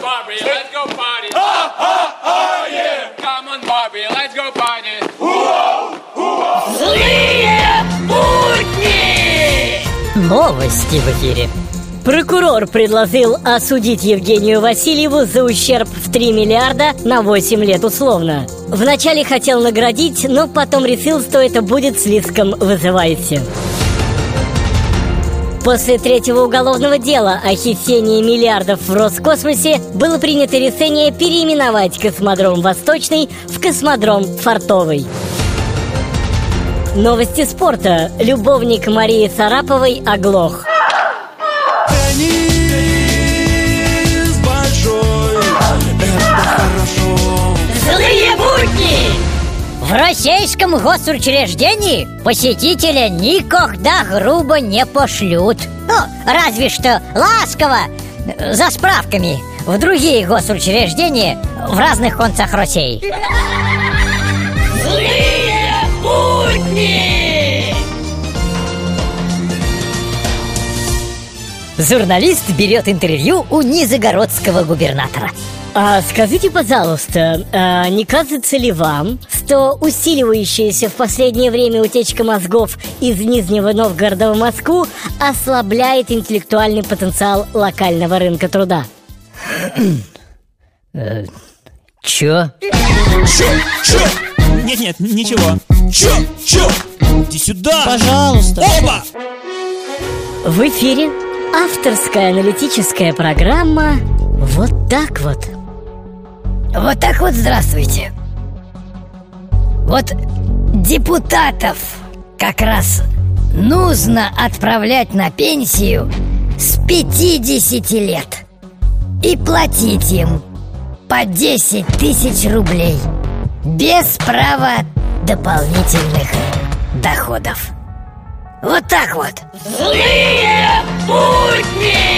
Barbie, let's go party. Yeah. Come on, Barbie, let's go party. Злые будни! Новости в эфире. Прокурор предложил осудить Евгению Васильеву за ущерб в 3 миллиарда на 8 лет условно. Вначале хотел наградить, но потом решил, что это будет слишком вызывающе. После третьего уголовного дела о хищении миллиардов в Роскосмосе было принято решение переименовать космодром Восточный в космодром Фартовый. Новости спорта. Любовник Марии Сараповой оглох. Теннис большой, это хорошо. Злые будни! В российском госучреждении посетителя никогда грубо не пошлют. Ну, разве что ласково, за справками в другие госучреждения в разных концах России. Злые будни! Журналист берет интервью у нижегородского губернатора. Скажите, пожалуйста, не кажется ли вам, что усиливающаяся в последнее время утечка мозгов из Нижнего Новгорода в Москву ослабляет интеллектуальный потенциал локального рынка труда? Чё? Нет, ничего. Чё? Иди сюда! Пожалуйста. Оба! В эфире авторская аналитическая программа «Вот так вот». Вот так вот здравствуйте. Вот депутатов как раз нужно отправлять на пенсию с 50 лет и платить им по 10 тысяч рублей без права дополнительных доходов. Вот так вот. Злые будни!